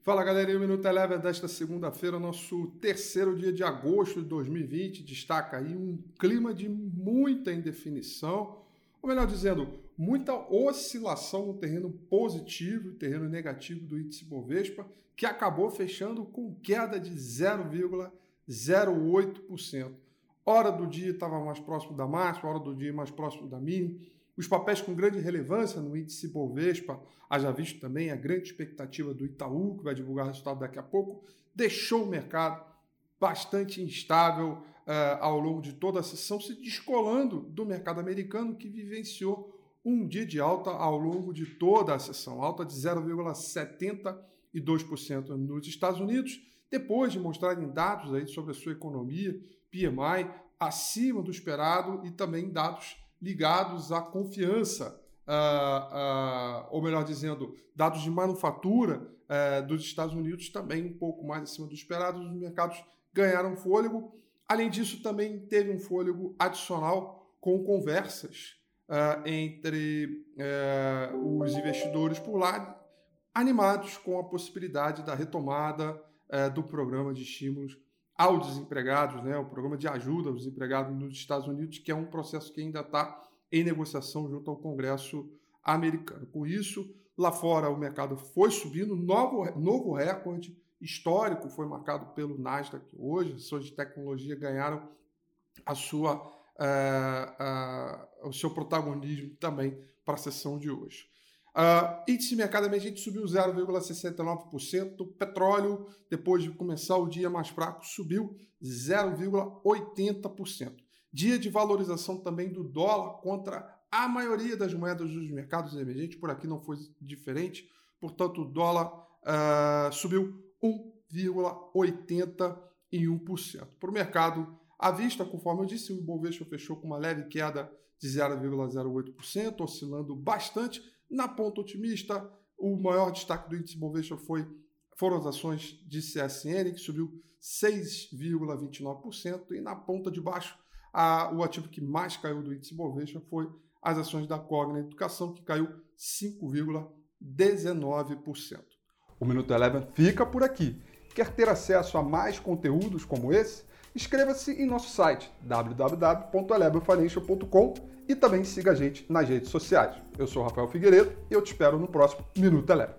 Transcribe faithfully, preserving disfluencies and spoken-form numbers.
Fala galerinha, o Minuto Eleven desta segunda-feira, nosso terceiro dia de agosto de dois mil e vinte, destaca aí um clima de muita indefinição, ou melhor dizendo, muita oscilação no terreno positivo e terreno negativo do índice Bovespa, que acabou fechando com queda de zero vírgula zero oito por cento. Hora do dia estava mais próximo da máxima, hora do dia mais próximo da mínima. Os papéis com grande relevância no índice Bovespa, haja visto também a grande expectativa do Itaú, que vai divulgar o resultado daqui a pouco, deixou o mercado bastante instável uh, ao longo de toda a sessão, se descolando do mercado americano, que vivenciou um dia de alta ao longo de toda a sessão, alta de zero vírgula setenta e dois por cento nos Estados Unidos, depois de mostrarem dados aí sobre a sua economia, P M I, acima do esperado e também dados ligados à confiança, uh, uh, ou melhor dizendo, dados de manufatura uh, dos Estados Unidos também um pouco mais acima do esperado, os mercados ganharam fôlego. Além disso, também teve um fôlego adicional com conversas uh, entre uh, os investidores por lá, animados com a possibilidade da retomada uh, do programa de estímulos aos desempregados, né, o programa de ajuda aos desempregados nos Estados Unidos, que é um processo que ainda está em negociação junto ao Congresso americano. Com isso, lá fora o mercado foi subindo, novo, novo recorde histórico foi marcado pelo Nasdaq hoje, as ações de tecnologia ganharam a sua, uh, uh, o seu protagonismo também para a sessão de hoje. Uh, índice de mercado emergente subiu zero vírgula sessenta e nove por cento, petróleo, depois de começar o dia mais fraco, subiu zero vírgula oitenta por cento. Dia de valorização também do dólar contra a maioria das moedas dos mercados emergentes, por aqui não foi diferente, portanto o dólar uh, subiu um vírgula oitenta e um por cento. Para o mercado à vista, conforme eu disse, o Ibovespa fechou com uma leve queda de zero vírgula zero oito por cento, oscilando bastante. Na ponta otimista, o maior destaque do índice Bovespa foi, foram as ações de C S N, que subiu seis vírgula vinte e nove por cento, e na ponta de baixo, a, o ativo que mais caiu do índice Bovespa foi as ações da Cogna Educação, que caiu cinco vírgula dezenove por cento. O Minuto Eleven fica por aqui. Quer ter acesso a mais conteúdos como esse? Inscreva-se em nosso site w w w ponto eleven financial ponto com e também siga a gente nas redes sociais. Eu sou o Rafael Figueiredo e eu te espero no próximo Minuto Eleven.